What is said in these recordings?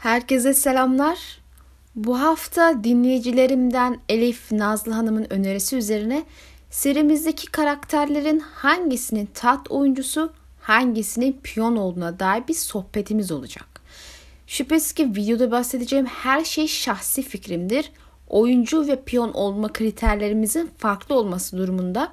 Herkese selamlar. Bu hafta dinleyicilerimden Elif Nazlı Hanım'ın önerisi üzerine serimizdeki karakterlerin hangisinin taht oyuncusu, hangisinin piyon olduğuna dair bir sohbetimiz olacak. Şüphesiz ki videoda bahsedeceğim her şey şahsi fikrimdir. Oyuncu ve piyon olma kriterlerimizin farklı olması durumunda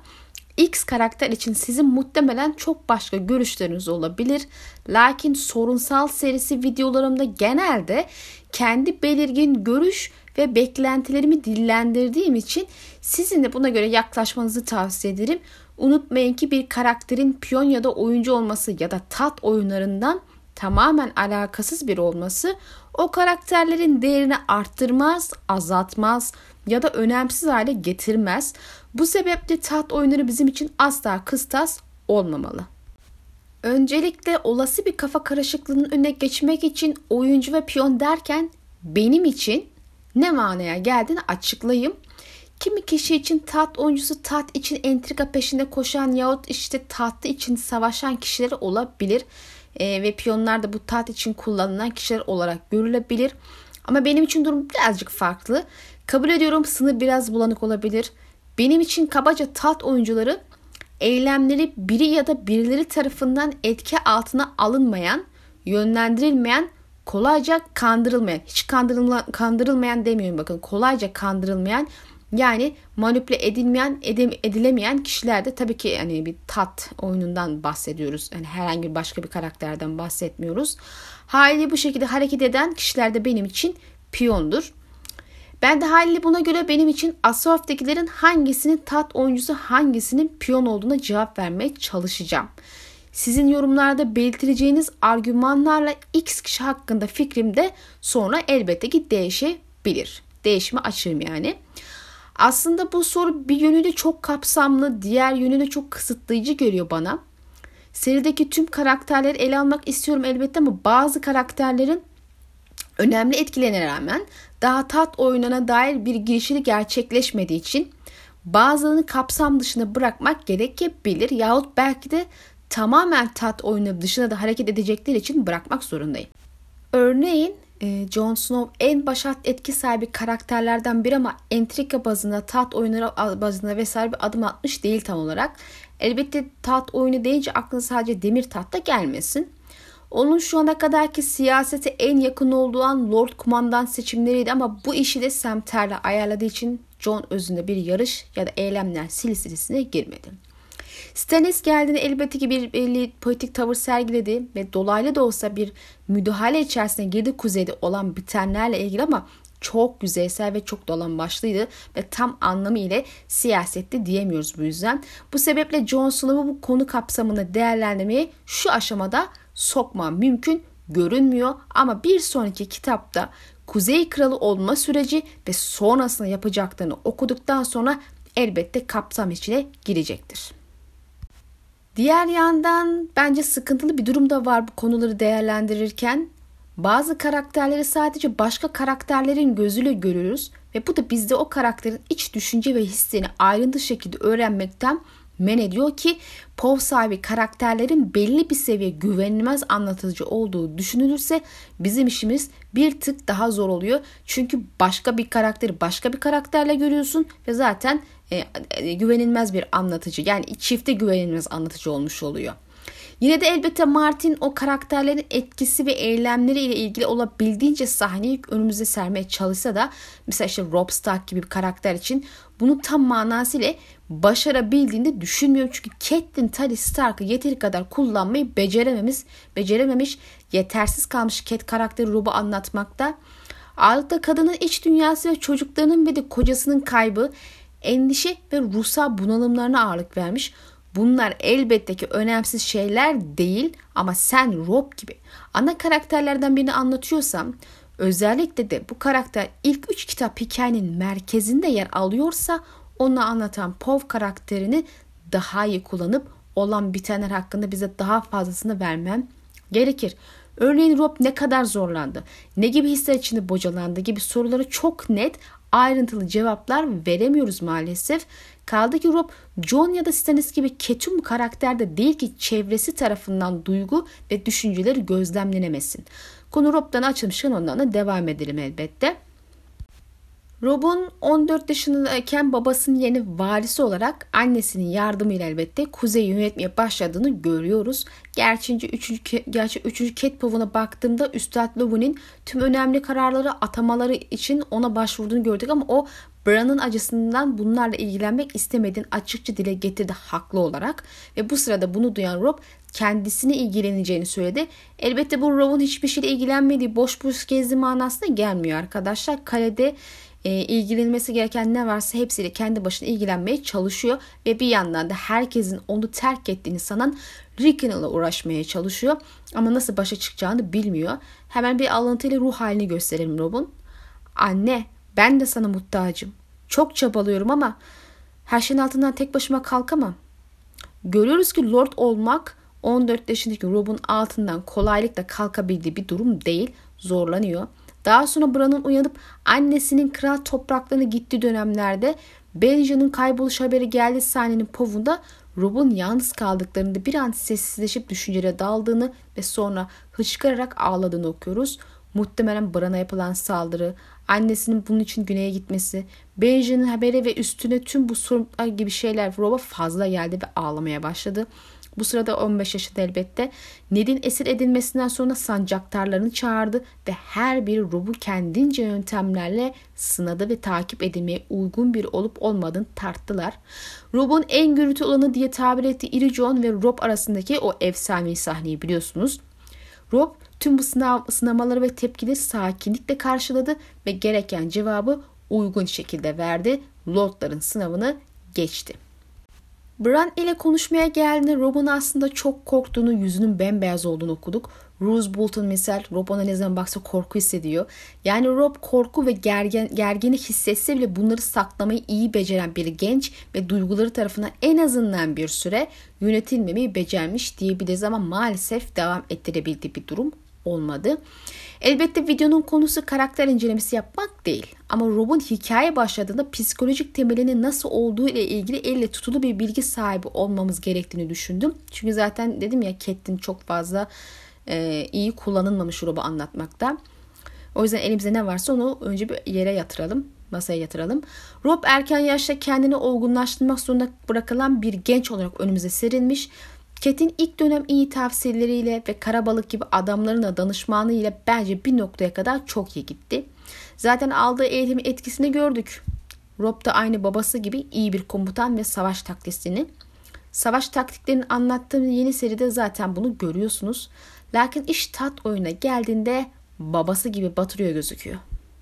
X karakter için sizin muhtemelen çok başka görüşleriniz olabilir. Lakin sorunsal serisi videolarımda genelde kendi belirgin görüş ve beklentilerimi dillendirdiğim için sizin de buna göre yaklaşmanızı tavsiye ederim. Unutmayın ki bir karakterin piyon ya da oyuncu olması ya da tat oyunlarından tamamen alakasız biri olması o karakterlerin değerini arttırmaz, azaltmaz ya da önemsiz hale getirmez. Bu sebeple taht oyunları bizim için asla kıstas olmamalı. Öncelikle olası bir kafa karışıklığının önüne geçmek için oyuncu ve piyon derken benim için ne manaya geldiğini açıklayayım. Kimi kişi için taht oyuncusu taht için entrika peşinde koşan yahut işte tahtı için savaşan kişiler olabilir. Ve piyonlar da bu taht için kullanılan kişiler olarak görülebilir. Ama benim için durum birazcık farklı. Kabul ediyorum, sınır biraz bulanık olabilir. Benim için kabaca taht oyuncuları eylemleri biri ya da birileri tarafından etki altına alınmayan, yönlendirilmeyen, kolayca kandırılmayan, hiç kandırılmayan demiyorum bakın, kolayca kandırılmayan, yani manipüle edilemeyen kişilerde tabii ki yani bir tat oyunundan bahsediyoruz. Yani herhangi başka bir karakterden bahsetmiyoruz. Haliyle bu şekilde hareket eden kişiler de benim için piyondur. Ben de haliyle buna göre benim için Asof'takilerin hangisinin tat oyuncusu hangisinin piyon olduğuna cevap vermeye çalışacağım. Sizin yorumlarda belirtileceğiniz argümanlarla X kişi hakkında fikrim de sonra elbette ki değişebilir. Değişime açığım yani. Aslında bu soru bir yönüyle çok kapsamlı, diğer yönüyle çok kısıtlayıcı geliyor bana. Serideki tüm karakterleri ele almak istiyorum elbette ama bazı karakterlerin önemli etkilerine rağmen daha tat oyununa dair bir girişi gerçekleşmediği için bazılarını kapsam dışına bırakmak gerekebilir yahut belki de tamamen tat oyunu dışına da hareket edecekleri için bırakmak zorundayım. Örneğin Jon Snow en başat etki sahibi karakterlerden biri ama entrika bazında, tat oyunları bazında vesaire bir adım atmış değil tam olarak. Elbette tat oyunu deyince aklına sadece demir taht da gelmesin. Onun şu ana kadarki siyasete en yakın olduğu an Lord Kumandan seçimleriydi ama bu işi de Sam Ter'le ayarladığı için Jon özünde bir yarış ya da eylemler silsilesine girmedi. Stannis geldiğinde elbette ki bir belli politik tavır sergiledi ve dolaylı da olsa bir müdahale içerisine girdi kuzeyde olan bitenlerle ilgili ama çok yüzeysel ve çok dolambaçlıydı ve tam anlamıyla siyasette diyemiyoruz bu yüzden. Bu sebeple Jon Snow'u bu konu kapsamında değerlendirmeye şu aşamada sokmam mümkün görünmüyor ama bir sonraki kitapta Kuzey Kralı olma süreci ve sonrasında yapacaklarını okuduktan sonra elbette kapsam içine girecektir. Diğer yandan bence sıkıntılı bir durum da var bu konuları değerlendirirken. Bazı karakterleri sadece başka karakterlerin gözüyle görürüz ve bu da bizde o karakterin iç düşünce ve hislerini ayrıntı şekilde öğrenmekten men ediyor ki POV sahibi karakterlerin belli bir seviye güvenilmez anlatıcı olduğu düşünülürse bizim işimiz bir tık daha zor oluyor. Çünkü başka bir karakteri başka bir karakterle görüyorsun ve zaten güvenilmez bir anlatıcı, yani çifte güvenilmez anlatıcı olmuş oluyor. Yine de elbette Martin o karakterlerin etkisi ve eylemleri ile ilgili olabildiğince sahneyi önümüze sermeye çalışsa da mesela işte Robb Stark gibi bir karakter için bunu tam manasıyla başarabildiğini düşünmüyorum. Çünkü Catelyn Tully Stark'ı yeteri kadar kullanmayı becerememiş, yetersiz kalmış Cat karakteri Robb'u anlatmakta. Ağırlıkta kadının iç dünyası ve çocuklarının ve de kocasının kaybı, endişe ve ruhsal bunalımlarına ağırlık vermiş. Bunlar elbette ki önemsiz şeyler değil ama sen Robb gibi ana karakterlerden birini anlatıyorsam, özellikle de bu karakter ilk 3 kitap hikayenin merkezinde yer alıyorsa onu anlatan POV karakterini daha iyi kullanıp olan bitenler hakkında bize daha fazlasını vermem gerekir. Örneğin Robb ne kadar zorlandı, ne gibi hisler içinde bocalandı gibi sorulara çok net, ayrıntılı cevaplar veremiyoruz maalesef. Kaldı ki Robb, Jon ya da Stannis gibi ketum karakterde değil ki çevresi tarafından duygu ve düşünceleri gözlemlenemesin. Konu Rob'dan açılmışken ondan da devam edelim elbette. Rob'un 14 yaşındayken babasının yeni valisi olarak annesinin yardımıyla elbette Kuzey'i yönetmeye başladığını görüyoruz. Gerçi 3. Cat baktığımda Üstad Love'nin tüm önemli kararları atamaları için ona başvurduğunu gördük ama o Bran'ın acısından bunlarla ilgilenmek istemediğini açıkça dile getirdi haklı olarak ve bu sırada bunu duyan Rob kendisine ilgileneceğini söyledi. Elbette bu Rob'un hiçbir şeyle ilgilenmediği boş boş gezdiği manasına gelmiyor arkadaşlar. Kalede ilgilenmesi gereken ne varsa hepsiyle kendi başına ilgilenmeye çalışıyor ve bir yandan da herkesin onu terk ettiğini sanan Rickon'la uğraşmaya çalışıyor ama nasıl başa çıkacağını bilmiyor. Hemen bir alıntıyla ruh halini gösterelim Rob'un. Anne, ben de sana muhtacım. Çok çabalıyorum ama her şeyin altından tek başıma kalkamam. Görüyoruz ki Lord olmak 14 yaşındaki Rob'un altından kolaylıkla kalkabildiği bir durum değil, zorlanıyor. Daha sonra Bran'ın uyanıp annesinin kral topraklarına gittiği dönemlerde Benjen'in kayboluş haberi geldiği sahnenin povunda Rob'un yalnız kaldıklarında bir an sessizleşip düşüncelere daldığını ve sonra hıçkırarak ağladığını okuyoruz. Muhtemelen Bran'a yapılan saldırı, annesinin bunun için güneye gitmesi, Benjen'in haberi ve üstüne tüm bu sorunlar gibi şeyler Rob'a fazla geldi ve ağlamaya başladı. Bu sırada 15 yaşında elbette Ned'in esir edilmesinden sonra sancaktarlarını çağırdı ve her biri Rob'u kendince yöntemlerle sınadı ve takip edilmeye uygun bir olup olmadığını tarttılar. Rob'un en gürültü olanı diye tabir ettiği iri John ve Rob arasındaki o efsanevi sahneyi biliyorsunuz. Rob tüm bu sınamaları ve tepkileri sakinlikle karşıladı ve gereken cevabı uygun şekilde verdi. Lordların sınavını geçti. Bran ile konuşmaya geldiğinde Rob'un aslında çok korktuğunu, yüzünün bembeyaz olduğunu okuduk. Roose Bolton misal Rob ona ne zaman baksa korku hissediyor. Yani Rob korku ve gergini hissetse bile bunları saklamayı iyi beceren bir genç ve duyguları tarafından en azından bir süre yönetilmemeyi becermiş diyebiliriz ama maalesef devam ettirebildiği bir durum olmadı. Elbette videonun konusu karakter incelemesi yapmak değil. Ama Rob'un hikaye başladığında psikolojik temelinin nasıl olduğu ile ilgili elle tutulu bir bilgi sahibi olmamız gerektiğini düşündüm. Çünkü zaten dedim ya Catelyn çok fazla iyi kullanılmamış Rob'u anlatmakta. O yüzden elimize ne varsa onu önce bir yere yatıralım. Masaya yatıralım. Rob erken yaşta kendini olgunlaştırmak zorunda bırakılan bir genç olarak önümüze serilmiş. Catelyn ilk dönem iyi tavsiyeleriyle ve Karabalık gibi adamlarına danışmanlığıyla bence bir noktaya kadar çok iyi gitti. Zaten aldığı eğitimin etkisini gördük. Rob da aynı babası gibi iyi bir komutan ve savaş taktiklerini anlattığım yeni seride zaten bunu görüyorsunuz. Lakin iş tat oyuna geldiğinde babası gibi batırıyor gözüküyor.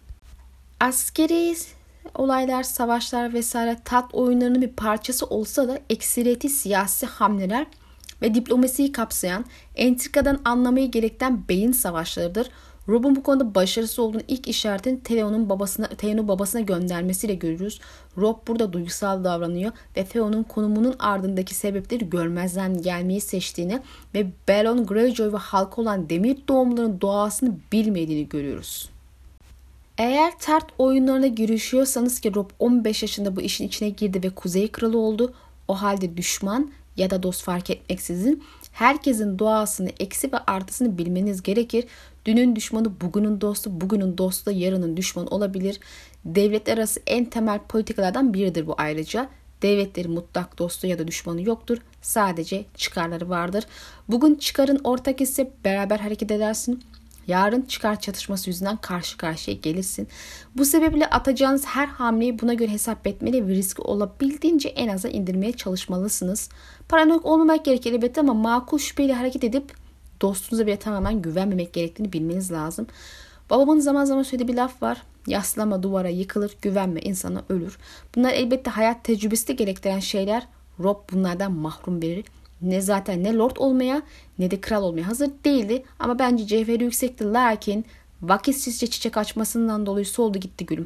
Askeri olaylar, savaşlar vesaire tat oyunlarının bir parçası olsa da ekseriyeti siyasi hamleler ve diplomasiyi kapsayan, entrikadan anlamayı gerektiren beyin savaşlarıdır. Rob'un bu konuda başarısız olduğunu ilk işaretin Theon'u babasına göndermesiyle görürüz. Rob burada duygusal davranıyor ve Theon'un konumunun ardındaki sebepleri görmezden gelmeyi seçtiğini ve Balon Greyjoy ve halkı olan demir doğumluların doğasını bilmediğini görüyoruz. Eğer tart oyunlarına girişiyorsanız ki Rob 15 yaşında bu işin içine girdi ve Kuzey Kralı oldu. O halde düşman ya da dost fark etmeksizin herkesin doğasını, eksi ve artısını bilmeniz gerekir. Dünün düşmanı bugünün dostu, bugünün dostu da yarının düşmanı olabilir. Devletler arası en temel politikalardan biridir bu ayrıca. Devletlerin mutlak dostu ya da düşmanı yoktur. Sadece çıkarları vardır. Bugün çıkarın ortak ise beraber hareket edersin. Yarın çıkar çatışması yüzünden karşı karşıya gelirsin. Bu sebeple atacağınız her hamleyi buna göre hesap etmeli ve riski olabildiğince en aza indirmeye çalışmalısınız. Paranoyak olmamak gerekir elbette ama makul şüpheyle hareket edip dostunuza bile tamamen güvenmemek gerektiğini bilmeniz lazım. Babamın zaman zaman söylediği bir laf var. Yaslama duvara yıkılır, güvenme insana ölür. Bunlar elbette hayat tecrübesi de gerektiren şeyler. Rob bunlardan mahrum biri. Ne lord olmaya ne de kral olmaya hazır değildi. Ama bence cevheri yüksekti. Lakin vakitsizce çiçek açmasından dolayı soldu gitti gülüm.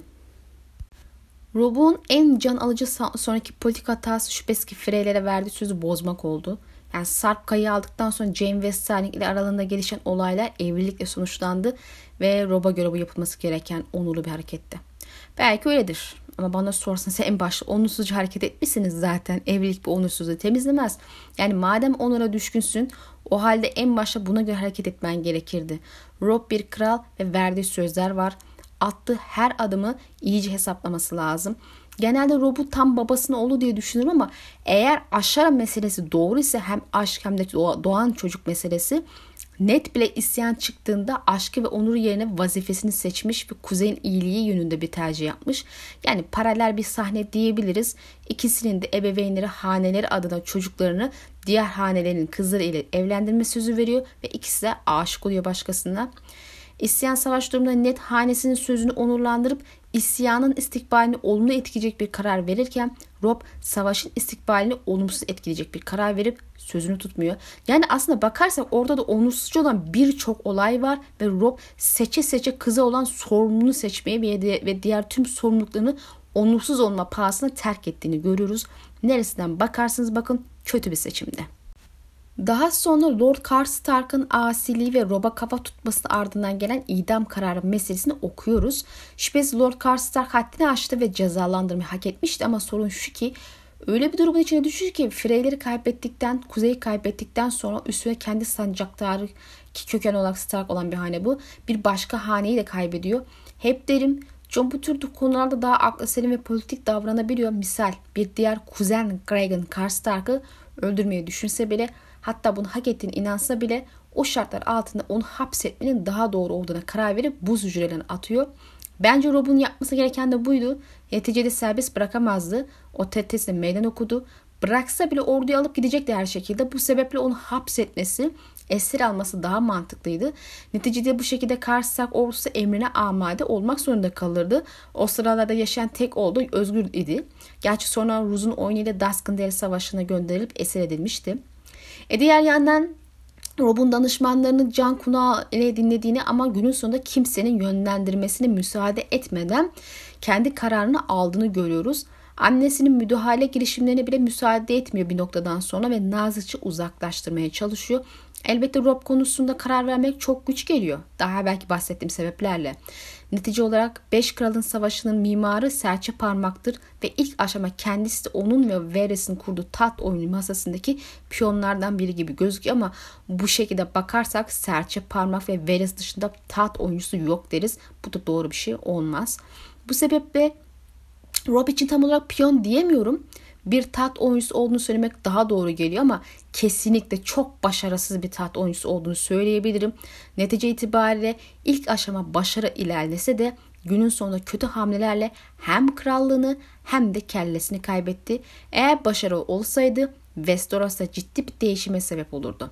Rob'un en can alıcı sonraki politik hatası şüphesiz ki Freylere verdiği sözü bozmak oldu. Yani Sarp kayı aldıktan sonra Jaime ve Sterling ile aralarında gelişen olaylar evlilikle sonuçlandı ve Rob'a göre bu yapılması gereken onurlu bir hareketti. Belki öyledir Ama bana sorsanız en başta onursuzca hareket etmişsiniz zaten. Evlilik bir onursuzluğu temizlemez. Yani madem onura düşkünsün, o halde en başta buna göre hareket etmen gerekirdi. Rob bir kral ve verdiği sözler var. Attığı her adımı iyice hesaplaması lazım. Genelde Rob'u tam babasının oğlu diye düşünürüm ama eğer Ashara meselesi doğru ise hem aşk hem de doğan çocuk meselesi, Ned bile isyan çıktığında aşkı ve onuru yerine vazifesini seçmiş ve kuzeyin iyiliği yönünde bir tercih yapmış. Yani paralel bir sahne diyebiliriz. İkisinin de ebeveynleri haneleri adına çocuklarını diğer hanelerin kızları ile evlendirme sözü veriyor ve ikisi de aşık oluyor başkasına. İsyan savaş durumunda Ned hanesinin sözünü onurlandırıp isyanın istikbalini olumlu etkileyecek bir karar verirken Rob savaşın istikbalini olumsuz etkileyecek bir karar verip sözünü tutmuyor. Yani aslında bakarsak orada da onursuzca olan birçok olay var ve Rob seçe seçe kıza olan sorumluluğunu seçmeyi ve diğer tüm sorumluluklarını onursuz olma pahasına terk ettiğini görüyoruz. Neresinden bakarsanız bakın kötü bir seçimdi. Daha sonra Lord Karstark'ın asiliği ve Rob'a kafa tutmasının ardından gelen idam kararı meselesini okuyoruz. Şüphesiz Lord Karstark haddini aştı ve cezalandırmayı hak etmişti ama sorun şu ki öyle bir durumun içine düşüyor ki Freyleri kaybettikten, Kuzey'i kaybettikten sonra üstüne kendi sancaktarı ki köken olarak Stark olan bir hane bu. Bir başka haneyi de kaybediyor. Hep derim Jon bu tür konularda daha aklı selim ve politik davranabiliyor. Misal bir diğer kuzen Graegon Karstark'ı öldürmeyi düşünse bile, hatta bunu hak ettiğine inansa bile o şartlar altında onu hapsetmenin daha doğru olduğuna karar verip buz hücrelerini atıyor. Bence Rob'un yapması gereken de buydu. Neticede serbest bırakamazdı. O tehditine meydan okudu. Bıraksa bile orduyu alıp gidecekti her şekilde. Bu sebeple onu hapsetmesi, esir alması daha mantıklıydı. Neticede bu şekilde Karstark ordusu emrine amade olmak zorunda kalırdı. O sıralarda yaşayan tek oğlu özgür idi. Gerçi sonra Rooz'un oyunuyla Duskendale Savaşı'na gönderilip esir edilmişti. Diğer yandan Rob'un danışmanlarını can kunağı ile dinlediğini ama günün sonunda kimsenin yönlendirmesine müsaade etmeden kendi kararını aldığını görüyoruz. Annesinin müdahale girişimlerine bile müsaade etmiyor bir noktadan sonra ve nazikçe uzaklaştırmaya çalışıyor. Elbette Rob konusunda karar vermek çok güç geliyor. Daha belki bahsettiğim sebeplerle. Netice olarak 5 Kralın Savaşı'nın mimarı serçe parmaktır ve ilk aşama kendisi de onun ve Varys'in kurduğu taht oyunu masasındaki piyonlardan biri gibi gözüküyor ama bu şekilde bakarsak serçe parmak ve Varys dışında taht oyuncusu yok deriz. Bu da doğru bir şey olmaz. Bu sebeple Rob için tam olarak piyon diyemiyorum. Bir taht oyuncusu olduğunu söylemek daha doğru geliyor ama kesinlikle çok başarısız bir taht oyuncusu olduğunu söyleyebilirim. Netice itibariyle ilk aşama başarı ilerlese de günün sonunda kötü hamlelerle hem krallığını hem de kellesini kaybetti. Eğer başarılı olsaydı Westeros'ta ciddi bir değişime sebep olurdu.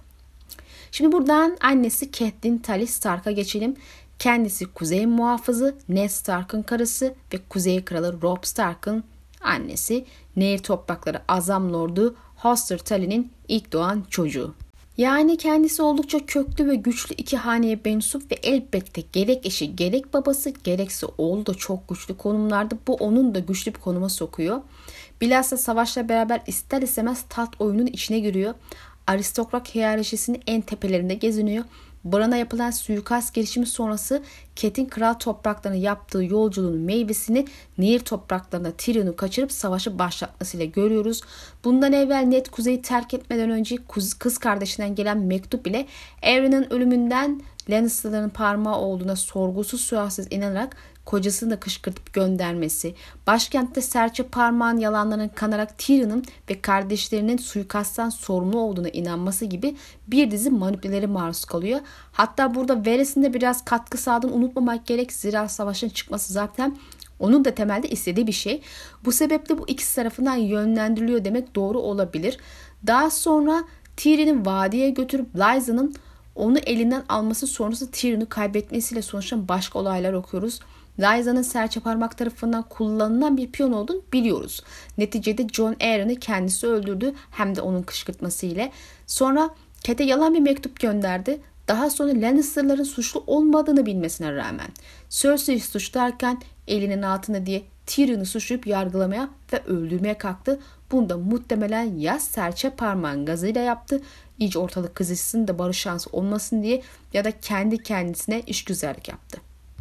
Şimdi buradan annesi Catelyn Tully Stark'a geçelim. Kendisi Kuzey Muhafızı Ned Stark'ın karısı ve Kuzey Kralı Robb Stark'ın annesi. Nehir toprakları Azam Lordu Hoster Tully'nin ilk doğan çocuğu. Yani kendisi oldukça köklü ve güçlü iki haneye mensup ve elbette gerek eşi gerek babası gerekse oğlu da çok güçlü konumlarda. Bu onun da güçlü bir konuma sokuyor. Bilhassa savaşla beraber ister istemez taht oyunun içine giriyor. Aristokrat hiyerarşisinin en tepelerinde geziniyor. Bran'a yapılan suikast girişimi sonrası Catelyn kral topraklarına yaptığı yolculuğun meyvesini Nehir topraklarına Tyrion'u kaçırıp savaşı başlatmasıyla görüyoruz. Bundan evvel Ned Kuzey'i terk etmeden önce kız kardeşinden gelen mektup ile Aeryn'in ölümünden Lannister'ların parmağı olduğuna sorgusuz sualsiz inanarak kocasını da kışkırtıp göndermesi, başkentte serçe parmağın yalanlarına kanarak Tyrion'un ve kardeşlerinin suikasttan sorumlu olduğuna inanması gibi bir dizi manipülelere maruz kalıyor. Hatta burada Varys'in de biraz katkı sağladığını unutmamak gerek. Zira savaşın çıkması zaten onun da temelde istediği bir şey. Bu sebeple bu ikisi tarafından yönlendiriliyor demek doğru olabilir. Daha sonra Tyrion'u vadiye götürüp Lysa'nın onu elinden alması sonrası Tyrion'u kaybetmesiyle sonuçlanan başka olaylar okuyoruz. Lysa'nın serçe parmak tarafından kullanılan bir piyon olduğunu biliyoruz. Neticede Jon Arryn'i kendisi öldürdü hem de onun kışkırtması ile. Sonra Catelyn'e yalan bir mektup gönderdi. Daha sonra Lannister'ların suçlu olmadığını bilmesine rağmen Cersei'yi suçlarken elinin altında diye Tyrion'u suçlayıp yargılamaya ve öldürmeye kalktı. Bunu da muhtemelen ya serçe parmağın gazıyla yaptı, iyice ortalık kızışsın da barış şansı olmasın diye ya da kendi kendisine işgüzarlık yaptı.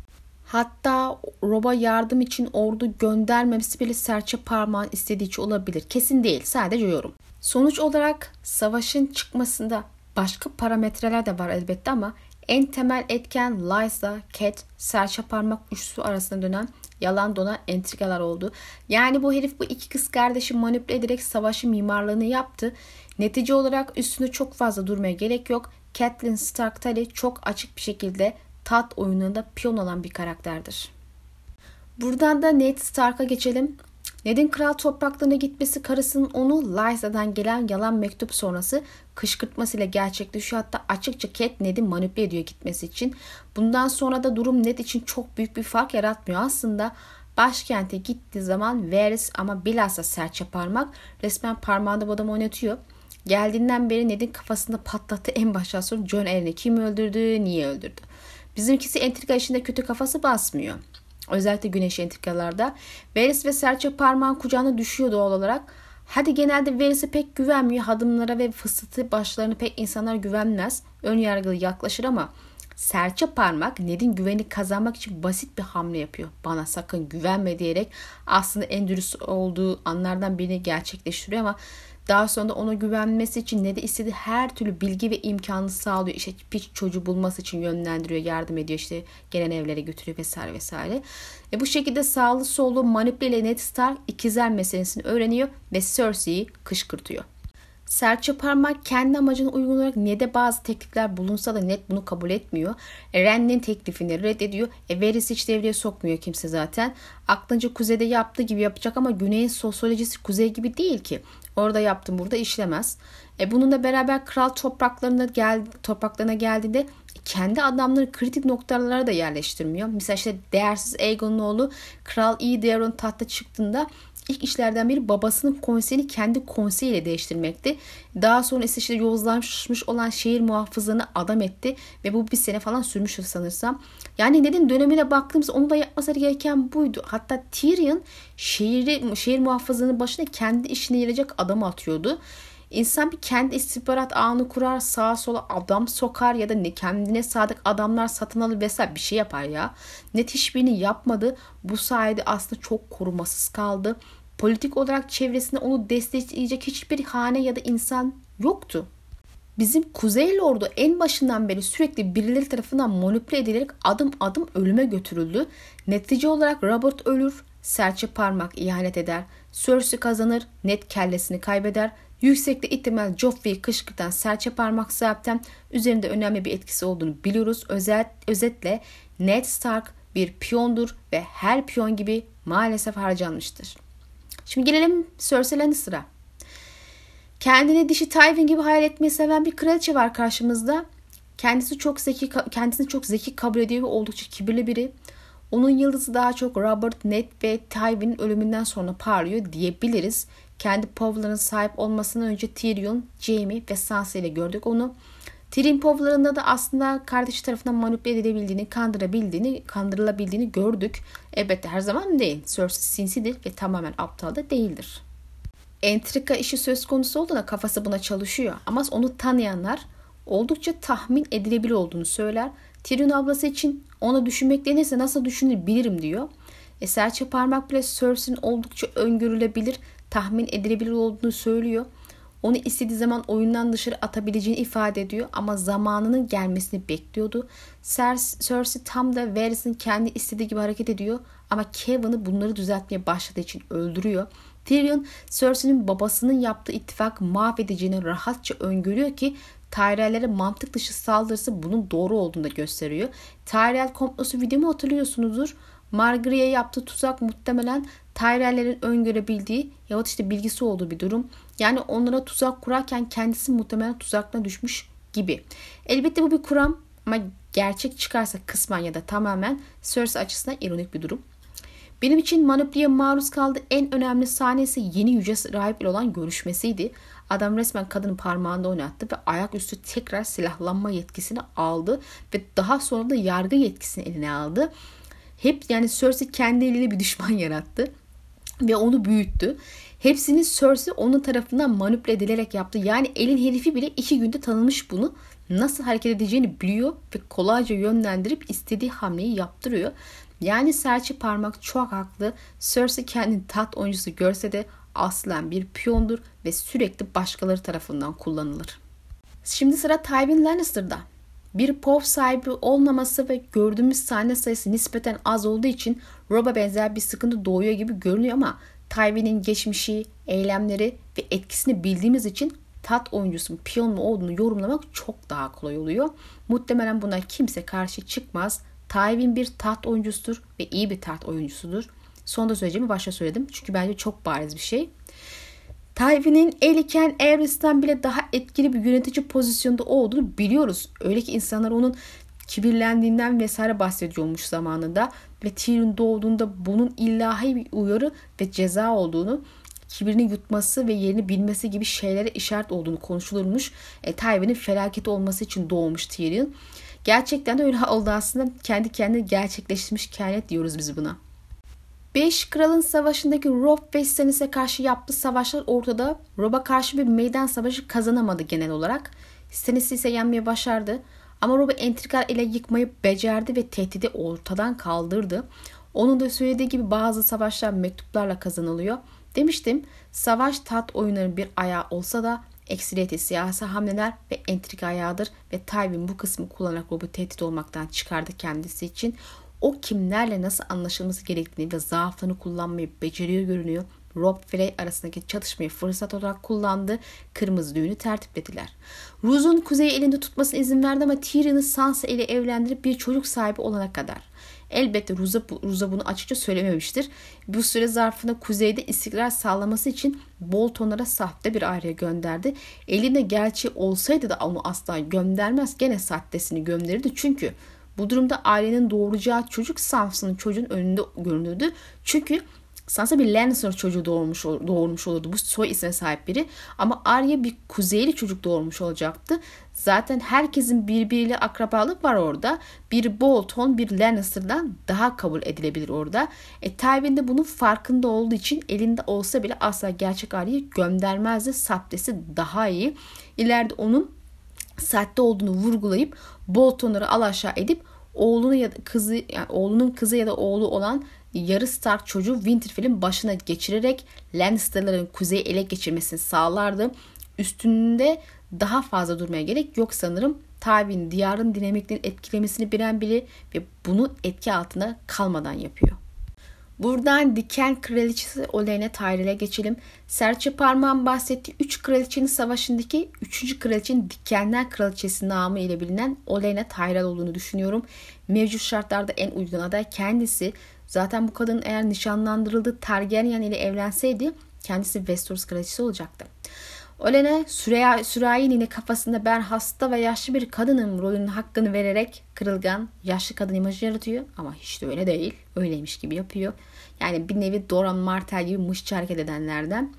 Hatta Rob'a yardım için ordu göndermemesi bile serçe parmağın istediği için olabilir. Kesin değil, sadece yorum. Sonuç olarak savaşın çıkmasında başka parametreler de var elbette ama en temel etken Lysa, Cat, serçe parmak üçlüsü arasında dönen yalan dolan entrikalar oldu. Yani bu herif bu iki kız kardeşi manipüle ederek savaşın mimarlığını yaptı. Netice olarak üstünde çok fazla durmaya gerek yok. Catelyn Stark Tully çok açık bir şekilde tat oyununda piyon olan bir karakterdir. Buradan da Ned Stark'a geçelim. Ned'in kral topraklarına gitmesi karısının onu Lysa'dan gelen yalan mektup sonrası kışkırtmasıyla gerçekleşiyor. Hatta açıkça Cat Ned'i manipüle ediyor gitmesi için. Bundan sonra da durum Ned için çok büyük bir fark yaratmıyor. Aslında başkente gittiği zaman Varys ama bilhassa serçe parmak resmen parmağında bu adamı oynatıyor. Geldiğinden beri Ned'in kafasında patlattığı en başta soru Jon Arryn'i kim öldürdü, niye öldürdü? Bizimkisi entrika işinde kötü kafası basmıyor. Özellikle güneş entrikalarda. Varys ve serçe parmağın kucağına düşüyor doğal olarak. Hadi genelde Varys'e pek güvenmiyor. Hadımlara ve fısıltı başlarına pek insanlar güvenmez. Önyargılı yaklaşır ama serçe parmak Ned'in güvenini kazanmak için basit bir hamle yapıyor. Bana sakın güvenme diyerek aslında en dürüst olduğu anlardan birini gerçekleştiriyor ama daha sonra da ona güvenmesi için Ned'e istediği her türlü bilgi ve imkanı sağlıyor. İşte piç çocuğu bulması için yönlendiriyor, yardım ediyor, işte gelen evlere götürüyor vesaire vesaire. Bu şekilde sağlı sollu manipüle Ned Stark ikizler meselesini öğreniyor ve Cersei'yi kışkırtıyor. Serçe parmak kendi amacına uygun olarak Ned'e bazı teklifler bulunsa da Ned bunu kabul etmiyor. Ren'in teklifini reddediyor. Varys hiç devreye sokmuyor kimse zaten. Aklınca kuzeyde yaptığı gibi yapacak ama güneyin sosyolojisi kuzey gibi değil ki. Orada yaptım burada işlemez. Bununla beraber kral topraklarına geldiğinde kendi adamları kritik noktalara da yerleştirmiyor. Mesela işte değersiz Aegon'un oğlu Kral Eodeon tahta çıktığında İlk işlerden biri babasının konseyini kendi konseyiyle değiştirmekti. Daha sonra işte yozlaşmış olan şehir muhafızlarını adam etti ve bu bir sene falan sürmüştü sanırsam. Yani Ned'in dönemine baktığımızda onu da yapması gereken buydu. Hatta Tyrion şehir muhafızlarının başına kendi işine yarayacak adamı atıyordu. İnsan bir kendi istihbarat ağını kurar, sağa sola adam sokar ya da kendine sadık adamlar satın alır vesaire bir şey yapar ya. Ned hiçbirini yapmadı. Bu sayede aslında çok korumasız kaldı. Politik olarak çevresinde onu destekleyecek hiçbir hane ya da insan yoktu. Bizim Kuzey Lord'u en başından beri sürekli birileri tarafından manipüle edilerek adım adım ölüme götürüldü. Netice olarak Robert ölür, serçe parmak ihanet eder, Cersei kazanır, Ned kellesini kaybeder. Yüksekte ihtimal Joffrey'i kışkırtan serçe parmak zaten üzerinde önemli bir etkisi olduğunu biliyoruz. Özetle Ned Stark bir piyondur ve her piyon gibi maalesef harcanmıştır. Şimdi gelelim Cersei Lannister'a. Kendini dişi Tywin gibi hayal etmeyi seven bir kraliçe var karşımızda. Kendisini çok zeki kabul ediyor ve oldukça kibirli biri. Onun yıldızı daha çok Robert, Ned ve Tywin'in ölümünden sonra parlıyor diyebiliriz. Kendi povlarına sahip olmasından önce Tyrion, Jaime ve Sansa ile gördük onu. Tyrion povlarında da aslında kardeşi tarafından manipüle edilebildiğini, kandırılabildiğini gördük. Elbette her zaman değil. Cersei sinsidir ve tamamen aptal da değildir. Entrika işi söz konusu olduğunda kafası buna çalışıyor. Ama onu tanıyanlar oldukça tahmin edilebilir olduğunu söyler. Tyrion ablası için onu düşünmek denirse nasıl düşünür bilirim diyor. Serçe parmak bile Cersei'nin oldukça öngörülebilir, tahmin edilebilir olduğunu söylüyor. Onu istediği zaman oyundan dışarı atabileceğini ifade ediyor ama zamanının gelmesini bekliyordu. Cersei tam da Varys'in kendi istediği gibi hareket ediyor ama Kevan'ı bunları düzeltmeye başladığı için öldürüyor. Tyrion, Cersei'nin babasının yaptığı ittifakı mahvedeceğini rahatça öngörüyor ki Tyrell'lere mantık dışı saldırısı bunun doğru olduğunu da gösteriyor. Tyrell komplosu videomu hatırlıyorsunuzdur. Margaery'e yaptığı tuzak muhtemelen Tyrell'lerin öngörebildiği yahut işte bilgisi olduğu bir durum. Yani onlara tuzak kurarken kendisi muhtemelen tuzakına düşmüş gibi. Elbette bu bir kuram ama gerçek çıkarsa kısmen ya da tamamen Cersei açısından ironik bir durum. Benim için manipüleye maruz kaldığı en önemli sahne ise yeni yüce rahip ile olan görüşmesiydi. Adam resmen kadının parmağında oynattı ve ayaküstü tekrar silahlanma yetkisini aldı ve daha sonra da yargı yetkisini eline aldı. Hep yani Cersei kendi eliyle bir düşman yarattı ve onu büyüttü. Hepsini Cersei onun tarafından manipüle edilerek yaptı. Yani elin herifi bile 2 günde tanımış bunu. nasıl hareket edeceğini biliyor ve kolayca yönlendirip istediği hamleyi yaptırıyor. Yani serçe parmak çok haklı. Cersei kendini taht oyuncusu görse de aslen bir piyondur ve sürekli başkaları tarafından kullanılır. Şimdi sıra Tywin Lannister'da. Bir pov sahibi olmaması ve gördüğümüz sahne sayısı nispeten az olduğu için Robb'a benzer bir sıkıntı doğuyor gibi görünüyor ama Tywin'in geçmişi, eylemleri ve etkisini bildiğimiz için taht oyuncusunun piyon mu olduğunu yorumlamak çok daha kolay oluyor. Muhtemelen buna kimse karşı çıkmaz. Tywin bir taht oyuncusudur ve iyi bir taht oyuncusudur. Sonunda söyleyeceğimi başta söyledim çünkü bence çok bariz bir şey. Tywin'in Alicent Aerys'ten bile daha etkili bir yönetici pozisyonda olduğunu biliyoruz. Öyle ki insanlar onun kibirlendiğinden vesaire bahsediyormuş zamanında ve Tyrion doğduğunda bunun ilahi bir uyarı ve ceza olduğunu, kibirini yutması ve yerini bilmesi gibi şeylere işaret olduğunu konuşulurmuş. Tywin'in felaketi olması için doğmuş Tyrion. Gerçekten de öyle oldu aslında. Kendi kendine gerçekleşmiş kehanet diyoruz biz buna. 5 Kralın Savaşı'ndaki Robb ve Stannis'e karşı yaptığı savaşlar ortada. Robb'a karşı bir meydan savaşı kazanamadı genel olarak. Stannis'i ise yenmeyi başardı. Ama Robb'u entrikalar ile yıkmayı becerdi ve tehdidi ortadan kaldırdı. Onun da söylediği gibi bazı savaşlar mektuplarla kazanılıyor. Demiştim, savaş taht oyunlarının bir ayağı olsa da ekseriyeti siyasi hamleler ve entrika ayağıdır ve Tywin bu kısmı kullanarak Robb'u tehdit olmaktan çıkardı kendisi için. O kimlerle nasıl anlaşılması gerektiğini ve zaaflarını kullanmayı beceriyor görünüyor. Robb Frey arasındaki çatışmayı fırsat olarak kullandı. Kırmızı düğünü tertiplediler. Roos'un kuzeyi elinde tutmasına izin verdi ama Tyrion'u Sansa ile evlendirip bir çocuk sahibi olana kadar. Elbette Roos'a bunu açıkça söylememiştir. Bu süre zarfında kuzeyde istikrar sağlaması için Boltonlara sahte bir aileye gönderdi. Elinde gerçeği olsaydı da onu asla göndermez. Gene sahtesini gönderirdi çünkü bu durumda ailenin doğuracağı çocuk Sansa'nın çocuğun önünde görünürdü. Çünkü Sansa bir Lannister çocuğu doğurmuş olurdu. Bu soy isme sahip biri. Ama Arya bir kuzeyli çocuk doğurmuş olacaktı. Zaten herkesin birbiriyle akrabalık var orada. Bir Bolton, bir Lannister'dan daha kabul edilebilir orada. Tywin de bunun farkında olduğu için elinde olsa bile asla gerçek Arya'yı göndermezdi. Sahtesi daha iyi. İleride onun sahte olduğunu vurgulayıp Bolton'ları alaşağı edip oğlunun kızı ya da oğlu olan yarı Stark çocuğu Winterfell'in başına geçirerek Lannister'ların kuzeyi ele geçirmesini sağlardı. Üstünde daha fazla durmaya gerek yok sanırım. Tywin diyarın dinamiklerini etkilemesini bilen biri ve bunu etki altında kalmadan yapıyor. Buradan Diken Kraliçesi Olenna Tyrell'e geçelim. Serçe Parmağı'nın bahsettiği 3 kraliçenin savaşındaki 3. kraliçenin Dikenler Kraliçesi namı ile bilinen Olenna Tyrell olduğunu düşünüyorum. Mevcut şartlarda en uygun aday kendisi. Zaten bu kadın eğer nişanlandırıldığı Targaryen ile evlenseydi kendisi Westeros Kraliçesi olacaktı. Olenna Sürahinin kafasında ben hasta ve yaşlı bir kadının rolünün hakkını vererek kırılgan, yaşlı kadın imajı yaratıyor. Ama hiç de öyle değil. Öyleymiş gibi yapıyor. Yani bir nevi Doran Martell gibi mışçı hareket edenlerden.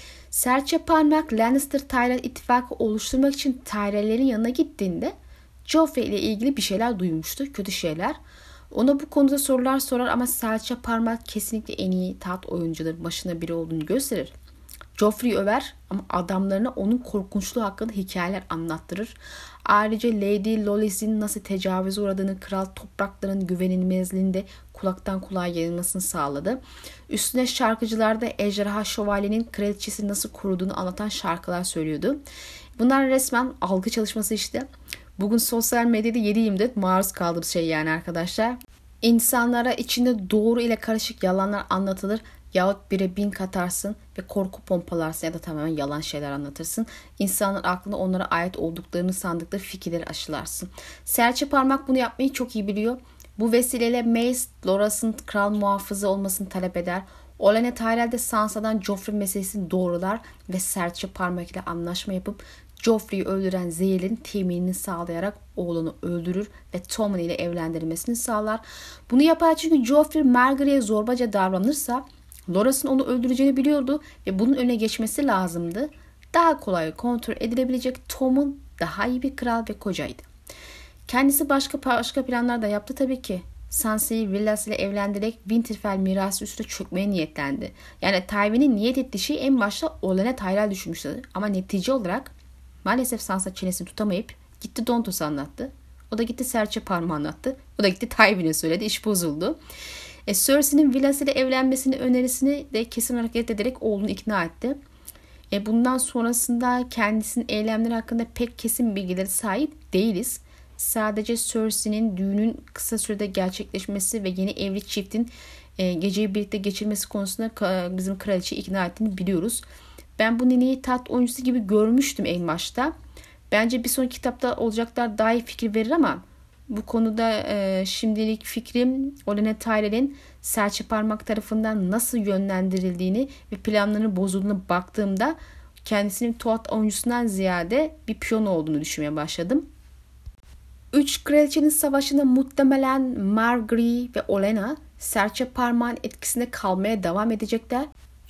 Serçe Parmak Lannister Tyrell ittifakı oluşturmak için Tyrell'lerin yanına gittiğinde Joffrey ile ilgili bir şeyler duymuştu. Kötü şeyler. Ona bu konuda sorular sorar ama Serçe Parmak kesinlikle en iyi taht oyuncuları başına biri olduğunu gösterir. Joffrey'i över ama adamlarına onun korkunçluğu hakkında hikayeler anlattırır. Ayrıca Lady Lollys'in nasıl tecavüze uğradığını, kral toprakların güvenilmezliğinde kulaktan kulağa yayılmasını sağladı. Üstüne şarkıcılarda Ejderha Şövalye'nin kraliçesi nasıl koruduğunu anlatan şarkılar söylüyordu. Bunlar resmen algı çalışması işte. Bugün sosyal medyada 7/24 maruz kaldığımız şey yani arkadaşlar. İnsanlara içinde doğru ile karışık yalanlar anlatılır. Yahut bire 1000 katarsın ve korku pompalarsın ya da tamamen yalan şeyler anlatırsın. İnsanların aklına onlara ait olduklarını sandıkları fikirleri aşılarsın. Serçe Parmak bunu yapmayı çok iyi biliyor. Bu vesileyle Mace, Loras'ın kral muhafızı olmasını talep eder. Olenna Tyrell de Sansa'dan Joffrey meselesini doğrular ve Serçe Parmak ile anlaşma yapıp Joffrey'i öldüren zehirlerin teminini sağlayarak oğlunu öldürür ve Tommen ile evlendirilmesini sağlar. Bunu yapar çünkü Joffrey Margaery'e zorbaca davranırsa Loras'ın onu öldüreceğini biliyordu ve bunun önüne geçmesi lazımdı. Daha kolay kontrol edilebilecek Tommen daha iyi bir kral ve kocaydı. Kendisi başka planlar da yaptı tabii ki. Sansa'yı Villas ile evlendirerek Winterfell mirası üstüne çökmeye niyetlendi. Yani Tywin'in niyet ettiği şeyi en başta Olenna Tyrell düşünmüştü. Ama netice olarak maalesef Sansa çenesini tutamayıp Gitti Dontos'a anlattı. O da gitti Serçe Parmağı anlattı. O da gitti Tywin'e söyledi. İş bozuldu. Cersei'nin villasıyla evlenmesini önerisini de kesin hareket ederek oğlunu ikna etti. Bundan sonrasında kendisinin eylemleri hakkında pek kesin bilgileri sahip değiliz. Sadece Cersei'nin düğünün kısa sürede gerçekleşmesi ve yeni evli çiftin geceyi birlikte geçirmesi konusunda bizim kraliçeyi ikna ettiğini biliyoruz. Ben bu nineyi taht oyuncusu gibi görmüştüm en başta. Bence bir sonraki kitapta olacaklar daha iyi fikir verir ama bu konuda şimdilik fikrim Olenna Tyrell'in Serçe Parmak tarafından nasıl yönlendirildiğini ve planlarının bozulduğuna baktığımda kendisinin taht oyuncusundan ziyade bir piyon olduğunu düşünmeye başladım. Üç kraliçenin savaşında muhtemelen Margaery ve Olenna Serçe Parmağın etkisinde kalmaya devam edecekler.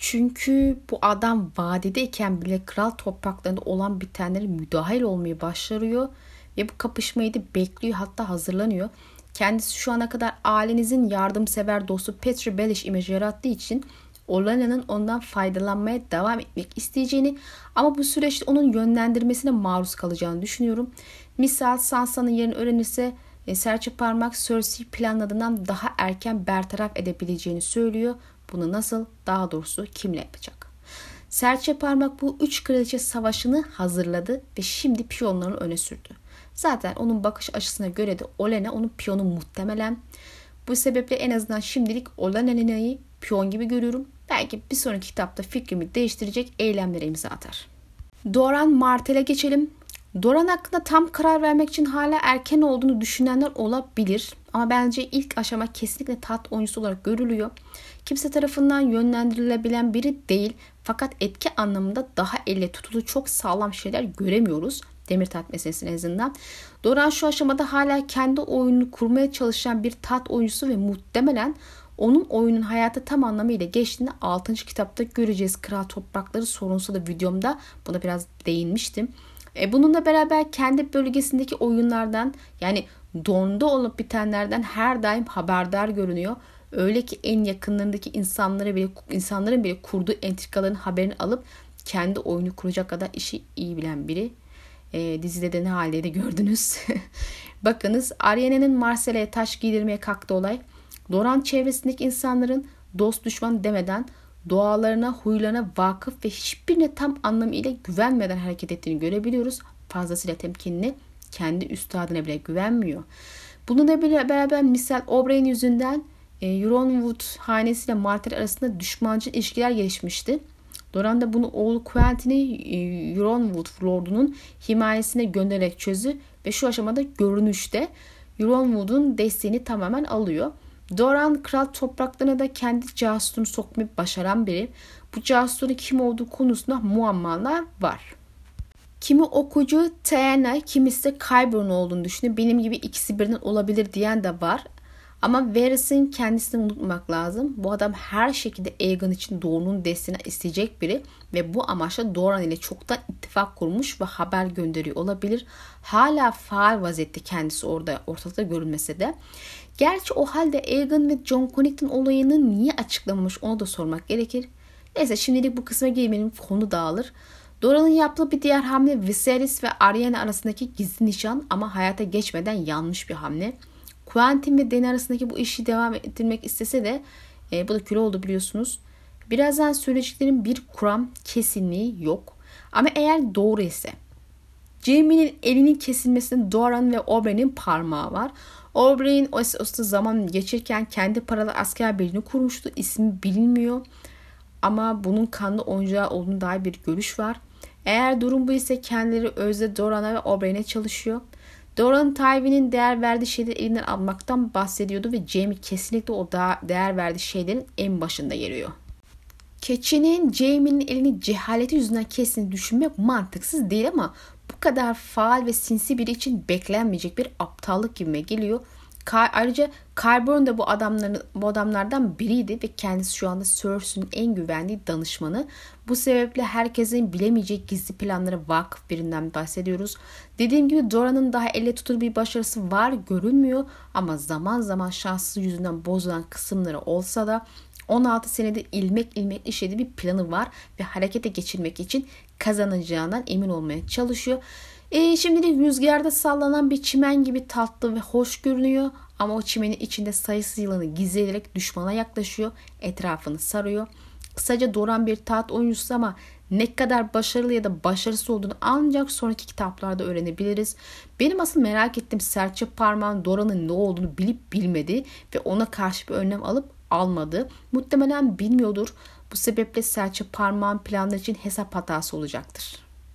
Çünkü bu adam vadideyken bile kral topraklarında olan bitenlere müdahil olmayı başarıyor ve bu kapışmayı da bekliyor, hatta hazırlanıyor. Kendisi şu ana kadar ailenizin yardımsever dostu Petyr Baelish imajı yarattığı için Olenna'nın ondan faydalanmaya devam etmek isteyeceğini ama bu süreçte onun yönlendirmesine maruz kalacağını düşünüyorum. Misal Sansa'nın yerini öğrenirse Serçe Parmak Cersei'yi planladığından daha erken bertaraf edebileceğini söylüyor. Bunu nasıl, daha doğrusu kimle yapacak? Serçe Parmak bu 3 kraliçe savaşını hazırladı ve şimdi piyonlarını öne sürdü. Zaten onun bakış açısına göre de Olenna onun piyonu muhtemelen. Bu sebeple en azından şimdilik Olenna'yı piyon gibi görüyorum. Belki bir sonraki kitapta fikrimi değiştirecek eylemlere imza atar. Doran Martell'e geçelim. Doran hakkında tam karar vermek için hala erken olduğunu düşünenler olabilir. Ama bence ilk aşama kesinlikle taht oyuncusu olarak görülüyor. Kimse tarafından yönlendirilebilen biri değil. Fakat etki anlamında daha elle tutulu çok sağlam şeyler göremiyoruz. Demirtaht meselesinin en azından. Doran şu aşamada hala kendi oyununu kurmaya çalışan bir taht oyuncusu ve muhtemelen onun oyunun hayata tam anlamıyla geçtiğini 6. kitapta göreceğiz. Kral Toprakları sorunsuz da videomda buna biraz değinmiştim. Bununla beraber kendi bölgesindeki oyunlardan, yani Dorne'da olup bitenlerden her daim haberdar görünüyor. Öyle ki en yakınlarındaki insanların bile kurduğu entrikaların haberini alıp kendi oyunu kuracak kadar işi iyi bilen biri. Dizide de ne haldeydi gördünüz. Bakınız, Aryanna'nın Marcelle'ye taş giydirmeye kalktı olay. Doran çevresindeki insanların dost düşman demeden doğalarına, huylarına vakıf ve hiçbirine tam anlamıyla güvenmeden hareket ettiğini görebiliyoruz. Fazlasıyla temkinli, kendi üstadına bile güvenmiyor. Bununla beraber misal Oberyn yüzünden Euronwood hanesiyle Martell arasında düşmancı ilişkiler gelişmişti. Doran da bunu oğlu Quentyn'i Euronwood Lord'unun himayesine göndererek çözdü ve şu aşamada görünüşte Euronwood'un desteğini tamamen alıyor. Doran kral topraklarına da kendi casusunu sokmayı başaran biri. Bu casusun kim olduğu konusunda muammalar var. Kimi okuyucu Tyenna, kimisi de Qyburn olduğunu düşünüyor. Benim gibi ikisi birden olabilir diyen de var. Ama Varys'in kendisini unutmamak lazım. Bu adam her şekilde Aegon için Dorne'un desteğini isteyecek biri ve bu amaçla Doran ile çoktan ittifak kurmuş ve haber gönderiyor olabilir. Hala faal vaziyette kendisi ortada görünmese de. Gerçi o halde Aegon ve Jon Connington olayını niye açıklamamış onu da sormak gerekir. Neyse şimdilik bu kısma girmenin konu dağılır. Doran'ın yaptığı bir diğer hamle Viserys ve Aryana arasındaki gizli nişan ama hayata geçmeden yanlış bir hamle. Quentyn ve Dany arasındaki bu işi devam ettirmek istese de bu da küle oldu biliyorsunuz. Birazdan söyleyeceklerim bir kuram kesinliği yok. Ama eğer doğru ise Jaime'nin elinin kesilmesinde Doran ve Oberyn'in parmağı var. Oberyn o zaman geçirken kendi paralı asker birliğini kurmuştu. İsmi bilinmiyor. Ama bunun kanlı oyuncağı olduğuna dair bir görüş var. Eğer durum bu ise kendileri özde Doran'a ve Oberyn'e çalışıyor. Doran Tywin'in değer verdiği şeyleri elinden almaktan bahsediyordu ve Jaime kesinlikle o değer verdiği şeylerin en başında geliyor. Keçinin Jaime'nin elini cehaleti yüzünden kestiğini düşünmek mantıksız değil ama bu kadar faal ve sinsi biri için beklenmeyecek bir aptallık gibime geliyor. Ayrıca Qyburn da bu adamlardan biriydi ve kendisi şu anda Cersei'nin en güvendiği danışmanı. Bu sebeple herkesin bilemeyeceği gizli planlara vakıf birinden bahsediyoruz. Dediğim gibi Doran'ın daha elle tutulur bir başarısı var görünmüyor ama zaman zaman şanssız yüzünden bozulan kısımları olsa da 16 senedir ilmek işlediği bir planı var ve harekete geçirmek için kazanacağından emin olmaya çalışıyor. Şimdilik rüzgarda sallanan bir çimen gibi tatlı ve hoş görünüyor. Ama o çimenin içinde sayısız yılanı gizleyerek düşmana yaklaşıyor. Etrafını sarıyor. Kısaca Doran bir taht oyuncusu ama ne kadar başarılı ya da başarısız olduğunu ancak sonraki kitaplarda öğrenebiliriz. Benim asıl merak ettiğim serçe parmağın Doran'ın ne olduğunu bilip bilmedi ve ona karşı bir önlem alıp almadı. Muhtemelen bilmiyordur. Bu sebeple serçe parmağın planları için hesap hatası olacaktır.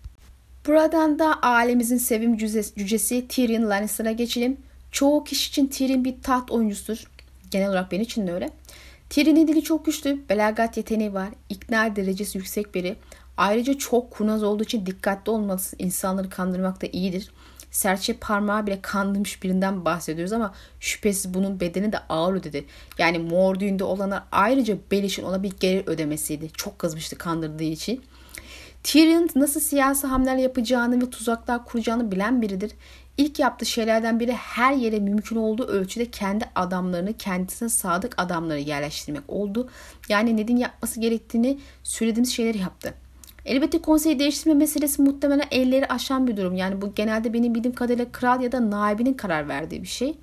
Buradan da ailemizin sevim cücesi Tyrion Lannister'a geçelim. Çoğu kişi için Tyrion bir taht oyuncusudur. Genel olarak benim için de öyle. Tyrion'un dili çok güçlü, belagat yeteneği var, ikna derecesi yüksek biri. Ayrıca çok kurnaz olduğu için dikkatli olmalısın. İnsanları kandırmak da iyidir. Serçe parmağı bile kandırmış birinden bahsediyoruz ama şüphesiz bunun bedeni de ağır ödedi. Yani Mor düğünde olanlar ayrıca Belish'in ona bir geri ödemesiydi. Çok kızmıştı kandırdığı için. Tyrion nasıl siyasi hamleler yapacağını ve tuzaklar kuracağını bilen biridir. İlk yaptığı şeylerden biri her yere mümkün olduğu ölçüde kendi adamlarını, kendisine sadık adamları yerleştirmek oldu. Yani Ned'in yapması gerektiğini söylediğimiz şeyleri yaptı. Elbette konseyi değiştirme meselesi muhtemelen elleri aşan bir durum. Yani bu genelde benim bildiğim kadarıyla kral ya da naibinin karar verdiği bir şey.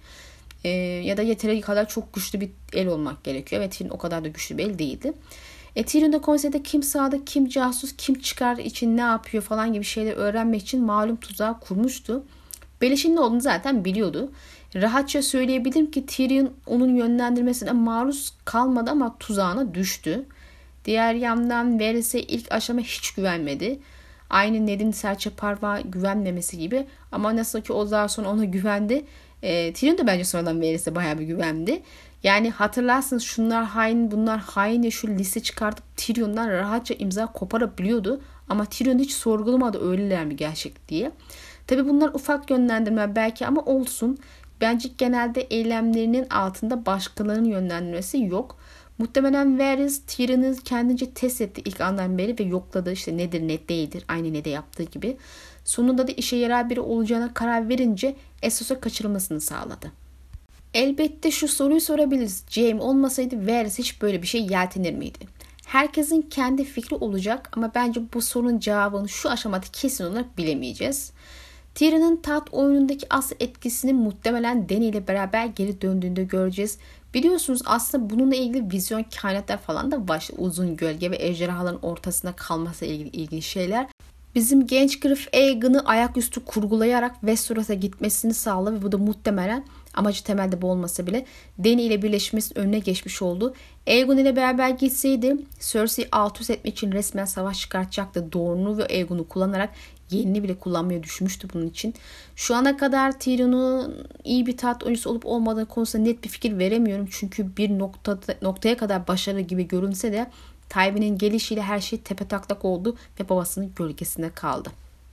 Ya da yeteri kadar çok güçlü bir el olmak gerekiyor. Evet, Tyrion o kadar da güçlü bir el değildi. Tyrion da konseyde kim sadık, kim casus, kim çıkar için ne yapıyor falan gibi şeyleri öğrenmek için malum tuzağı kurmuştu. Belish'in ne olduğunu zaten biliyordu. Rahatça söyleyebilirim ki Tyrion onun yönlendirmesine maruz kalmadı ama tuzağına düştü. Diğer yandan Varys'e ilk aşama hiç güvenmedi. Aynı Ned'in serçe parmağı güvenmemesi gibi. Ama nasıl ki o daha sonra ona güvendi. Tyrion da bence sonradan Varys'e bayağı bir güvendi. Yani hatırlarsınız şunlar hain bunlar hain ya şu liste çıkartıp Tyrion'dan rahatça imza koparabiliyordu. Ama Tyrion hiç sorgulamadı öyleler mi gerçek diye. Tabi bunlar ufak yönlendirme belki ama olsun. Bence genelde eylemlerinin altında başkalarının yönlendirmesi yok. Muhtemelen Varys Tyrion'u kendince test etti ilk andan beri ve yokladı işte nedir ne değildir aynı ne de yaptığı gibi. Sonunda da işe yarar biri olacağına karar verince Essos'a kaçırılmasını sağladı. Elbette şu soruyu sorabiliriz. Jaime olmasaydı Varys hiç böyle bir şey yeltenir miydi? Herkesin kendi fikri olacak ama bence bu sorunun cevabını şu aşamada kesin olarak bilemeyeceğiz. Tyrion'un taht oyunundaki asıl etkisini muhtemelen Dany ile beraber geri döndüğünde göreceğiz. Biliyorsunuz aslında bununla ilgili vizyon kainatlar falan da var. Uzun gölge ve ejderhaların ortasında kalması ile ilgili şeyler. Bizim genç Griff Aegon'u ayaküstü kurgulayarak Westeros'a gitmesini sağladı ve bu da muhtemelen amacı temelde bu olmasa bile Dany ile birleşmesinin önüne geçmiş oldu. Aegon ile beraber gitseydi Cersei'yi alt üst etmek için resmen savaş çıkartacaktı. Dorne'u ve Aegon'u kullanarak yeğenini bile kullanmayı düşünmüştü bunun için. Şu ana kadar Tyrion'un iyi bir taht oyuncusu olup olmadığı konusunda net bir fikir veremiyorum. Çünkü bir noktaya kadar başarılı gibi görünse de Tywin'in gelişiyle her şey tepetaklak oldu ve babasının gölgesinde kaldı.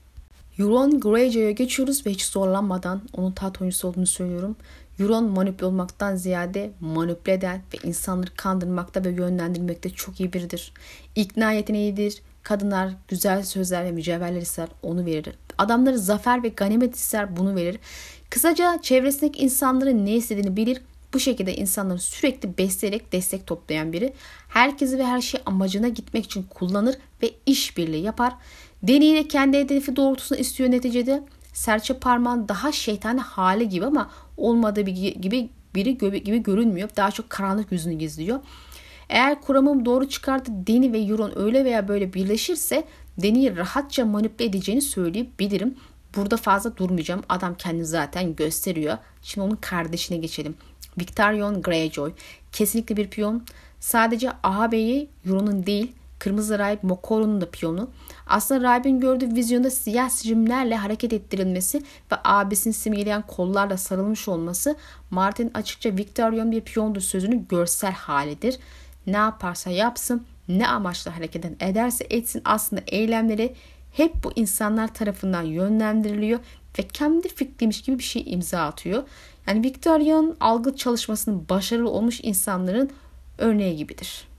Euron Greyjoy'a geçiyoruz ve hiç zorlanmadan onun taht oyuncusu olduğunu söylüyorum. Euron manipüle olmaktan ziyade manipüle eden ve insanları kandırmakta ve yönlendirmekte çok iyi biridir. İkna yeteneğidir. Kadınlar güzel sözler ve mücevherler ister, onu verir. Adamları zafer ve ganimet ister, bunu verir. Kısaca çevresindeki insanların ne istediğini bilir. Bu şekilde insanları sürekli besleyerek destek toplayan biri. Herkesi ve her şeyi amacına gitmek için kullanır ve işbirliği yapar. Dany ile kendi hedefi doğrultusunda istiyor neticede. Serçe parmağın daha şeytani hali gibi ama olmadığı biri gibi görünmüyor. Daha çok karanlık yüzünü gizliyor. Eğer kuramım doğru çıkardı Dany ve Euron öyle veya böyle birleşirse Dany'yi rahatça manipüle edeceğini söyleyebilirim. Burada fazla durmayacağım. Adam kendini zaten gösteriyor. Şimdi onun kardeşine geçelim. Victarion Greyjoy. Kesinlikle bir piyon. Sadece ağabeyi Euron'un değil, Kırmızı Rahip Moqorro'nun da piyonu. Aslında rahibin gördüğü vizyonda siyah sicimlerle hareket ettirilmesi ve abisini simgeleyen kollarla sarılmış olması Martin açıkça Victarion bir piyondur sözünün görsel halidir. Ne yaparsa yapsın, ne amaçla hareket ederse etsin aslında eylemleri hep bu insanlar tarafından yönlendiriliyor ve kendi fikriymiş gibi bir şey imza atıyor. Yani Victarion algı çalışmasının başarılı olmuş insanların örneği gibidir.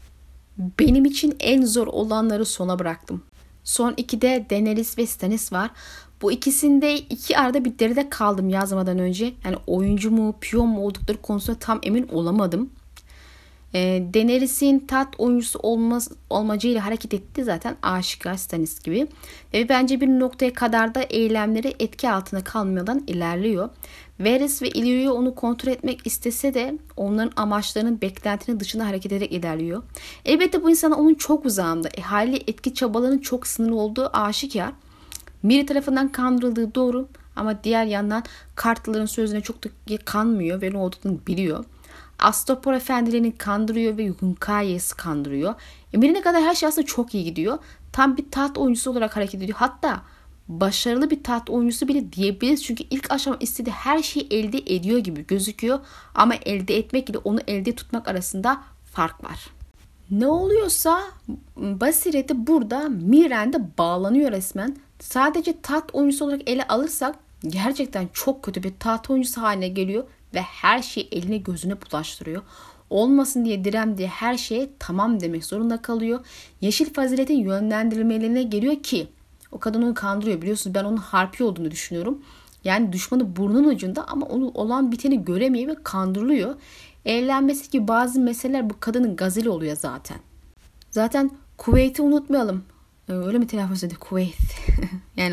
Benim için en zor olanları sona bıraktım. Son 2'de Daenerys ve Stannis var. Bu ikisinde iki arada bir deride kaldım yazmadan önce. Yani oyuncu mu, piyon mu oldukları konusunda tam emin olamadım. Daenerys'in tat oyuncusu olmacıyla hareket etti zaten aşikar Stannis gibi. Ve bence bir noktaya kadar da eylemleri etki altında kalmadan ilerliyor. Varys ve Illyrio onu kontrol etmek istese de onların amaçlarının beklentinin dışında hareket ederek ilerliyor. Elbette bu insanlar onun çok uzağında. Haliyle etki çabalarının çok sınırlı olduğu aşikar. Miri tarafından kandırıldığı doğru ama diğer yandan Kartlıların sözüne çok da kanmıyor ve ne olduğunu biliyor. Astapor efendilerini kandırıyor ve Hunkayes'i kandırıyor. Emirine kadar her şey aslında çok iyi gidiyor. Tam bir taht oyuncusu olarak hareket ediyor. Hatta başarılı bir taht oyuncusu bile diyebiliriz. Çünkü ilk aşama istediği her şeyi elde ediyor gibi gözüküyor. Ama elde etmek ile onu elde tutmak arasında fark var. Ne oluyorsa basireti burada Miren'de bağlanıyor resmen. Sadece taht oyuncusu olarak ele alırsak gerçekten çok kötü bir taht oyuncusu haline geliyor. Ve her şeyi eline gözüne bulaştırıyor. Olmasın diye diye her şeye tamam demek zorunda kalıyor. Yeşil faziletin yönlendirilmelerine geliyor ki o kadın onu kandırıyor. Biliyorsunuz ben onun harpi olduğunu düşünüyorum. Yani düşmanı burnun ucunda ama onu olan biteni göremiyor ve kandırılıyor. Evlenmesi gibi bazı meseleler bu kadının gazeli oluyor zaten. Zaten Kuveyt'i unutmayalım. Öyle mi telaffuz ediyor Kuveyt? Yani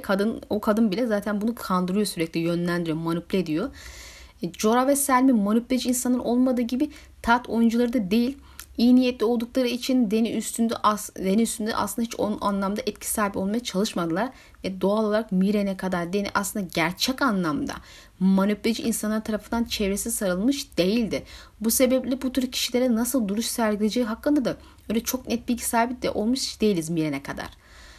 o kadın bile zaten bunu kandırıyor, sürekli yönlendiriyor, manipüle ediyor. Jorah ve Selmy manipüleci insanın olmadığı gibi taht oyuncuları da değil. İyi niyetli oldukları için Dany üstünde aslında hiç onun anlamda etki sahibi olmaya çalışmadılar. Ve doğal olarak Miren'e kadar Dany aslında gerçek anlamda manipüleci insanlar tarafından çevresi sarılmış değildi. Bu sebeple bu tür kişilere nasıl duruş sergileyeceği hakkında da öyle çok net bilgi sahibi de olmuş değiliz Miren'e kadar.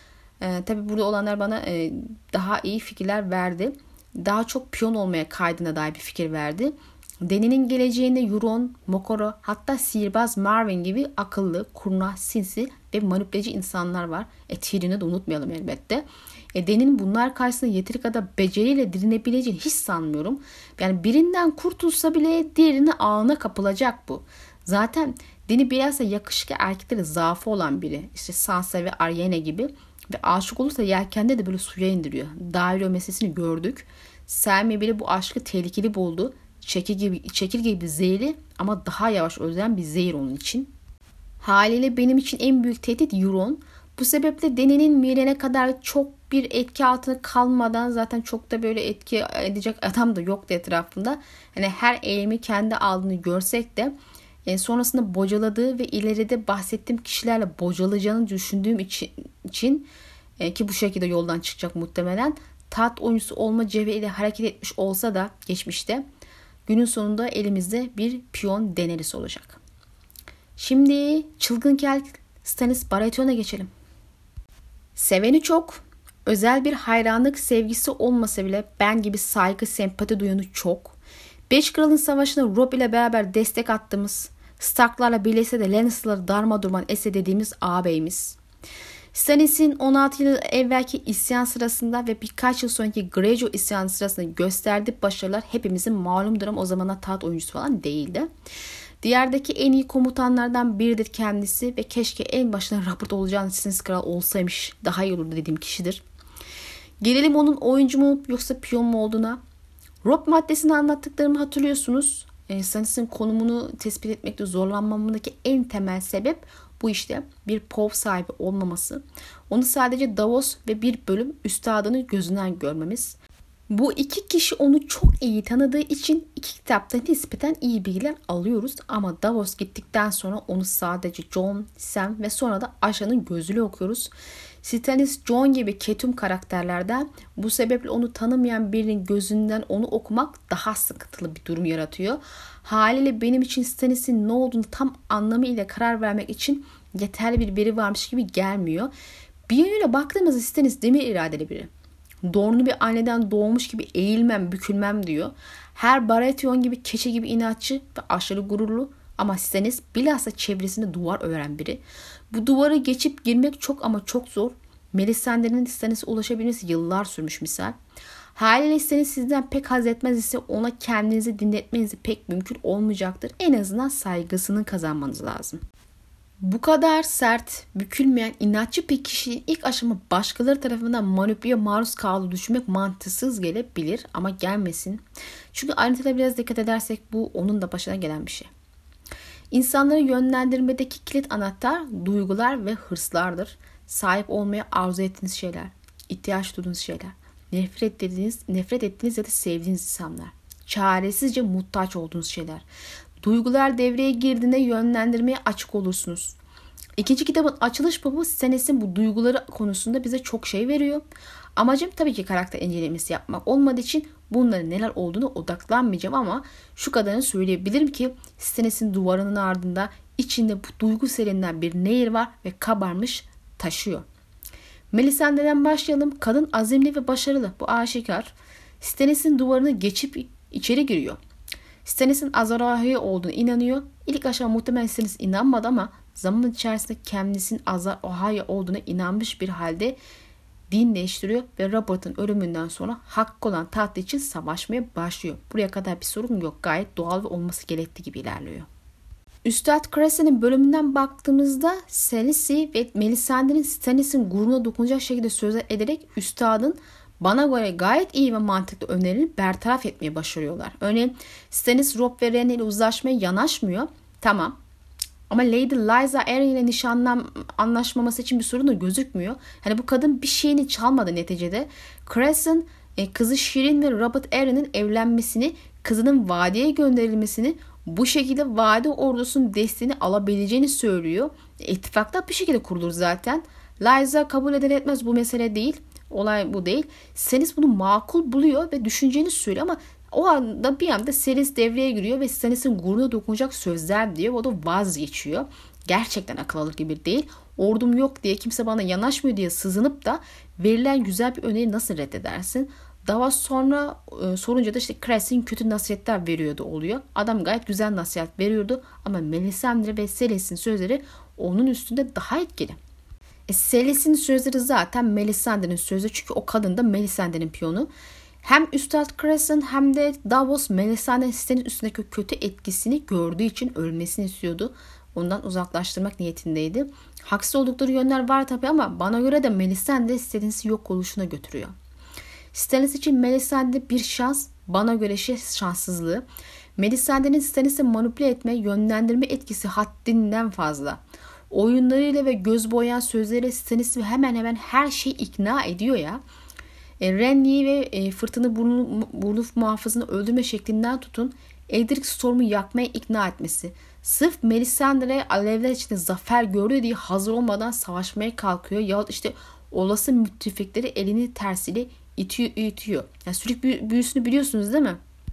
Tabi burada olanlar bana daha iyi fikirler verdi. Daha çok piyon olmaya kaydına dair bir fikir verdi. Dany'nin geleceğinde Euron, Mokoro hatta sihirbaz Marwyn gibi akıllı, kurnaz, sinsi ve manipüleci insanlar var. Tyrion'u da unutmayalım elbette. Dany'nin bunlar karşısında yeteri kadar beceriyle direnebileceğini hiç sanmıyorum. Yani birinden kurtulsa bile diğerine ağına kapılacak bu. Zaten Dany biraz da yakışıklı erkeklere zaafı olan biri. İşte Sansa ve Aryana gibi. Ve aşık olursa yelkende de böyle suya indiriyor. Daireo meselesini gördük. Selmy bile bu aşkı tehlikeli buldu. Çekirge gibi zehirli ama daha yavaş ölen bir zehir onun için. Haliyle benim için en büyük tehdit Euron. Bu sebeple Dany'nin Miren'e kadar çok bir etki altına kalmadan zaten çok da böyle etki edecek adam da yoktu etrafında. Hani her eğimi kendi aldığını görsek de sonrasında bocaladığı ve ileride bahsettiğim kişilerle bocalayacağını düşündüğüm için ki bu şekilde yoldan çıkacak muhtemelen taht oyuncusu olma cevheriyle hareket etmiş olsa da geçmişte günün sonunda elimizde bir piyon Daenerys olacak. Şimdi çılgın kel Stannis Baratheon'a geçelim. Seveni çok, özel bir hayranlık sevgisi olmasa bile ben gibi saygı sempati duyanı çok. Beş Kral'ın savaşına Robb ile beraber destek attığımız, Stark'larla birleşse de Lannister'ları darmadurman etse dediğimiz ağabeyimiz. Stannis'in 16 yıl evvelki isyan sırasında ve birkaç yıl sonraki Greyjoy isyanı sırasında gösterdiği başarılar hepimizin malumdur ama o zamanlar taht oyuncusu falan değildi. Diğerdeki en iyi komutanlardan biridir kendisi ve keşke en başına Robert olacağını Stannis Kral olsaymış daha iyi olurdu dediğim kişidir. Gelelim onun oyuncu mu yoksa piyon mu olduğuna. Robb maddesini anlattıklarımı hatırlıyorsunuz. Stannis'in konumunu tespit etmekte zorlanmamdaki en temel sebep bu işte bir pov sahibi olmaması. Onu sadece Davos ve bir bölüm üstadını gözünden görmemiz. Bu iki kişi onu çok iyi tanıdığı için iki kitapta nispeten iyi bilgiler alıyoruz. Ama Davos gittikten sonra onu sadece Jon, Sam ve sonra da Arya'nın gözüyle okuyoruz. Stannis, Jon gibi ketum karakterlerden bu sebeple onu tanımayan birinin gözünden onu okumak daha sıkıntılı bir durum yaratıyor. Haliyle benim için Stannis'in ne olduğunu tam anlamıyla karar vermek için yeterli bir veri varmış gibi gelmiyor. Bir yönüyle baktığımızda Stannis demir iradeli biri. Doğrunu bir anneden doğmuş gibi eğilmem, bükülmem diyor. Her Baratheon gibi keçe gibi inatçı ve aşırı gururlu ama Stannis bilhassa çevresinde duvar ören biri. Bu duvarı geçip girmek çok ama çok zor. Melisandre'nin Stannis'e ulaşabilmesi yıllar sürmüş misal. Haliyle Stannis sizden pek haz etmez ise ona kendinizi dinletmeniz pek mümkün olmayacaktır. En azından saygısını kazanmanız lazım. Bu kadar sert, bükülmeyen, inatçı bir kişinin ilk aşama başkaları tarafından manipüleye maruz kaldığı düşünmek mantıksız gelebilir ama gelmesin. Çünkü ayrıntılara biraz dikkat edersek bu onun da başına gelen bir şey. İnsanları yönlendirmedeki kilit anahtar duygular ve hırslardır. Sahip olmaya arzu ettiğiniz şeyler, ihtiyaç duyduğunuz şeyler, nefret ettiğiniz ya da sevdiğiniz insanlar, çaresizce muhtaç olduğunuz şeyler. Duygular devreye girdiğinde yönlendirmeye açık olursunuz. İkinci kitabın açılış bölümü Stannis'in bu duyguları konusunda bize çok şey veriyor. Amacım tabii ki karakter incelemesi yapmak olmadığı için bunların neler olduğunu odaklanmayacağım ama şu kadarını söyleyebilirim ki Stannis'in duvarının ardında içinde bu duygu selinden bir nehir var ve kabarmış taşıyor. Melisandre'den başlayalım. Kadın azimli ve başarılı. Bu aşikar. Stannis'in duvarını geçip içeri giriyor. Stannis'in Azor Ahai olduğunu inanıyor. İlk aşama muhtemelen Stannis inanmadı ama zaman içerisinde kendisinin Azor Ahai olduğuna inanmış bir halde din değiştiriyor ve Robert'ın ölümünden sonra hakkı olan taht için savaşmaya başlıyor. Buraya kadar bir sorun yok. Gayet doğal ve olması gerektiği gibi ilerliyor. Üstad Cressen'in bölümünden baktığımızda Cersei ve Melisandre'nin Stannis'in gururuna dokunacak şekilde sözler ederek üstadın bana göre gayet iyi ve mantıklı önerileri bertaraf etmeye başarıyorlar. Örneğin Stannis Robb ve Rhaena ile uzlaşmaya yanaşmıyor. Tamam. Ama Lady Lysa Arryn ile anlaşmaması için bir sorun da gözükmüyor. Hani bu kadın bir şeyini çalmadı neticede. Crescent kızı Shireen ve Robert Arryn'in evlenmesini, kızının vadeye gönderilmesini, bu şekilde vade ordusunun desteğini alabileceğini söylüyor. İttifaklar bir şekilde kurulur zaten. Lysa kabul eder etmez bu mesele değil. Olay bu değil. Stannis bunu makul buluyor ve düşüneceğini söylüyor ama o anda bir anda Stannis devreye giriyor ve Stannis'in gururuna dokunacak sözler diyor. O da vazgeçiyor. Gerçekten akıl alır gibi değil. Ordum yok diye kimse bana yanaşmıyor diye sızınıp da verilen güzel bir öneri nasıl reddedersin? Daha sonra sorunca da işte Crescent kötü nasihatler veriyordu oluyor. Adam gayet güzel nasihat veriyordu ama Melisandre ve Stannis'in sözleri onun üstünde daha etkili. Cersei'nin sözleri zaten Melisandre'nin sözü çünkü o kadın da Melisandre'nin piyonu. Hem Üstad Crescent hem de Davos Melisandre'nin Stannis üstündeki kötü etkisini gördüğü için ölmesini istiyordu. Ondan uzaklaştırmak niyetindeydi. Haksız oldukları yönler var tabii ama bana göre de Melisandre Stannis'i yok oluşuna götürüyor. Stannis için Melisandre bir şans, bana göre şanssızlığı. Melisandre'nin Stannis'i manipüle etme, yönlendirme etkisi haddinden fazla. Oyunlarıyla ve göz boyayan sözleriyle Stannis'i hemen hemen her şeyi ikna ediyor ya. Renly'i ve Fırtına Burnu muhafızını öldürme şeklinden tutun Edric Storm'u yakmaya ikna etmesi. Sırf Melisandre alevler içinde zafer gördü diye hazır olmadan savaşmaya kalkıyor. Yahut işte olası müttefikleri elini tersiyle itiyor. Yani sülük büyüsünü biliyorsunuz değil mi?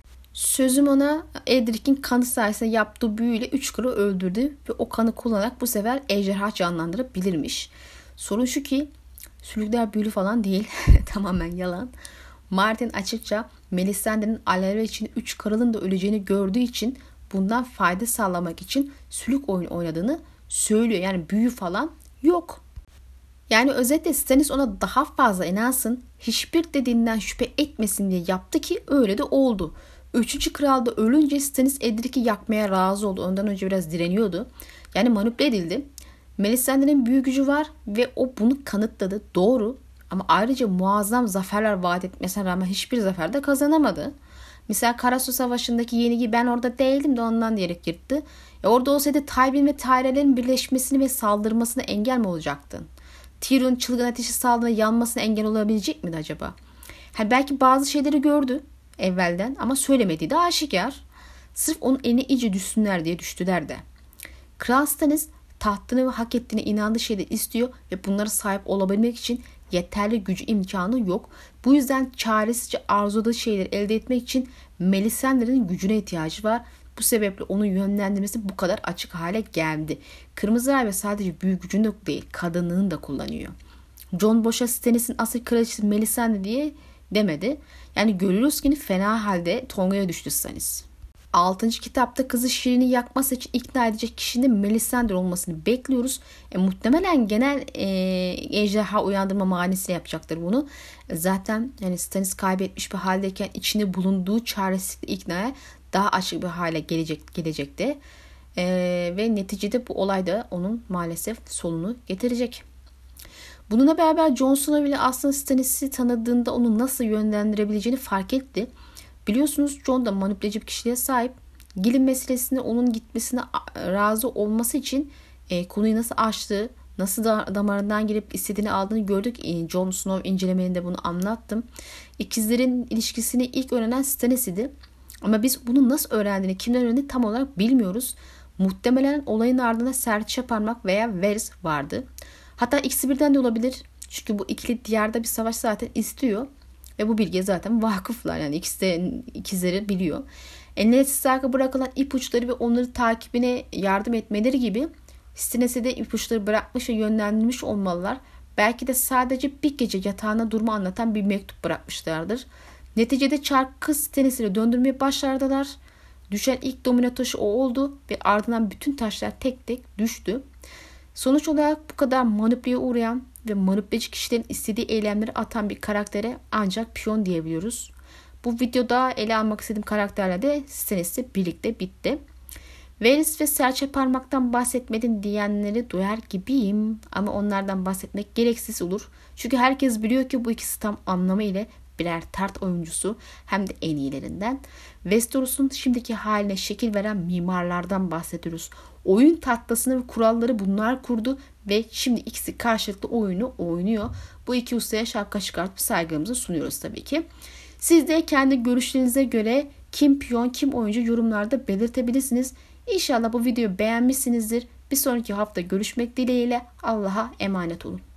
Sözüm ona Edric'in kanı sayesinde yaptığı büyüyle 3 kralı öldürdü ve o kanı kullanarak bu sefer ejderha canlandırabilirmiş. Sorun şu ki sülükler büyülü falan değil. Tamamen yalan. Martin açıkça Melisandre'nin alevler için 3 kralın da öleceğini gördüğü için bundan fayda sağlamak için sülük oyunu oynadığını söylüyor. Yani büyü falan yok. Yani özetle Stannis ona daha fazla inansın, hiçbir dediğinden şüphe etmesin diye yaptı ki öyle de oldu. 3. kral da ölünce Stannis Edric'i yakmaya razı oldu. Ondan önce biraz direniyordu. Yani manipüle edildi. Melisandre'nin büyü gücü var ve o bunu kanıtladı. Doğru. Ama ayrıca muazzam zaferler vaat etmesine rağmen hiçbir zaferde kazanamadı. Mesela Karasu Savaşı'ndaki yenilgi ben orada değildim de ondan diyerek yırttı. Orada olsaydı Tywin ve Tyrell'in birleşmesini ve saldırmasına engel mi olacaktın? Tyrion çılgın ateşi saldığında yanmasına engel olabilecek miydi acaba? Belki bazı şeyleri gördü evvelden ama söylemediği de aşikar. Sırf onun eline iyice düşsünler diye düştüler de. Kral Stannis tahtını ve hak ettiğine inandığı şeyleri istiyor ve bunlara sahip olabilmek için yeterli gücü imkanı yok. Bu yüzden çaresizce arzuladığı şeyleri elde etmek için Melisandre'nin gücüne ihtiyacı var. Bu sebeple onu yönlendirmesi bu kadar açık hale geldi. Kırmızı Rahibe sadece büyük gücünü de değil, kadınlığını da kullanıyor. Jon boşa Stannis'in asıl kraliçesi Melisandre diye demedi. Yani görüyoruz ki fena halde Tonga'ya düştü Stannis. 6. kitapta kızı Shireen'i yakması için ikna edecek kişinin Melisandre olmasını bekliyoruz. Muhtemelen genel ejderha uyandırma manisiyle yapacaktır bunu. Zaten yani Stannis kaybetmiş bir haldeyken içinde bulunduğu çaresizlikle iknaya daha açık bir hale gelecekti. Ve neticede bu olay da onun maalesef sonunu getirecek. Bununla beraber Jon Snow bile aslında Stannis'i tanıdığında onu nasıl yönlendirebileceğini fark etti. Biliyorsunuz Jon da manipüleci bir kişiliğe sahip. Gil'in meselesini onun gitmesine razı olması için konuyu nasıl açtığı, nasıl damarından girip istediğini aldığını gördük. Jon Snow incelemelerinde bunu anlattım. İkizlerin ilişkisini ilk öğrenen Stannis'idi. Ama biz bunu nasıl öğrendiğini, kimden öğrendiğini tam olarak bilmiyoruz. Muhtemelen olayın ardında Serçe Parmak veya Varys vardı. Hatta ikisi birden de olabilir. Çünkü bu ikili diyarda bir savaş zaten istiyor. Ve bu bilgiye zaten vakıflar. Yani ikizleri biliyor. Ned Stark'a bırakılan ipuçları ve onları takibine yardım etmeleri gibi Stannis'e de ipuçları bırakmış ve yönlendirmiş olmalılar. Belki de sadece bir gece yatağına durma anlatan bir mektup bırakmışlardır. Neticede çarkı Stannis'e döndürmeye başlardılar. Düşen ilk domino taşı o oldu ve ardından bütün taşlar tek tek düştü. Sonuç olarak bu kadar manipüleye uğrayan ve manipüleci kişilerin istediği eylemleri atan bir karaktere ancak piyon diyebiliyoruz. Bu videoda ele almak istediğim karakterle de Stannis'le birlikte bitti. Varys ve Serçe Parmak'tan bahsetmedin diyenleri duyar gibiyim ama onlardan bahsetmek gereksiz olur. Çünkü herkes biliyor ki bu ikisi tam anlamıyla birer tart oyuncusu, hem de en iyilerinden. Westeros'un şimdiki haline şekil veren mimarlardan bahsediyoruz. Oyun tahtasını ve kuralları bunlar kurdu ve şimdi ikisi karşılıklı oyunu oynuyor. Bu iki ustaya şapka çıkartıp saygımızı sunuyoruz tabii ki. Siz de kendi görüşlerinize göre kim piyon kim oyuncu yorumlarda belirtebilirsiniz. İnşallah bu videoyu beğenmişsinizdir. Bir sonraki hafta görüşmek dileğiyle Allah'a emanet olun.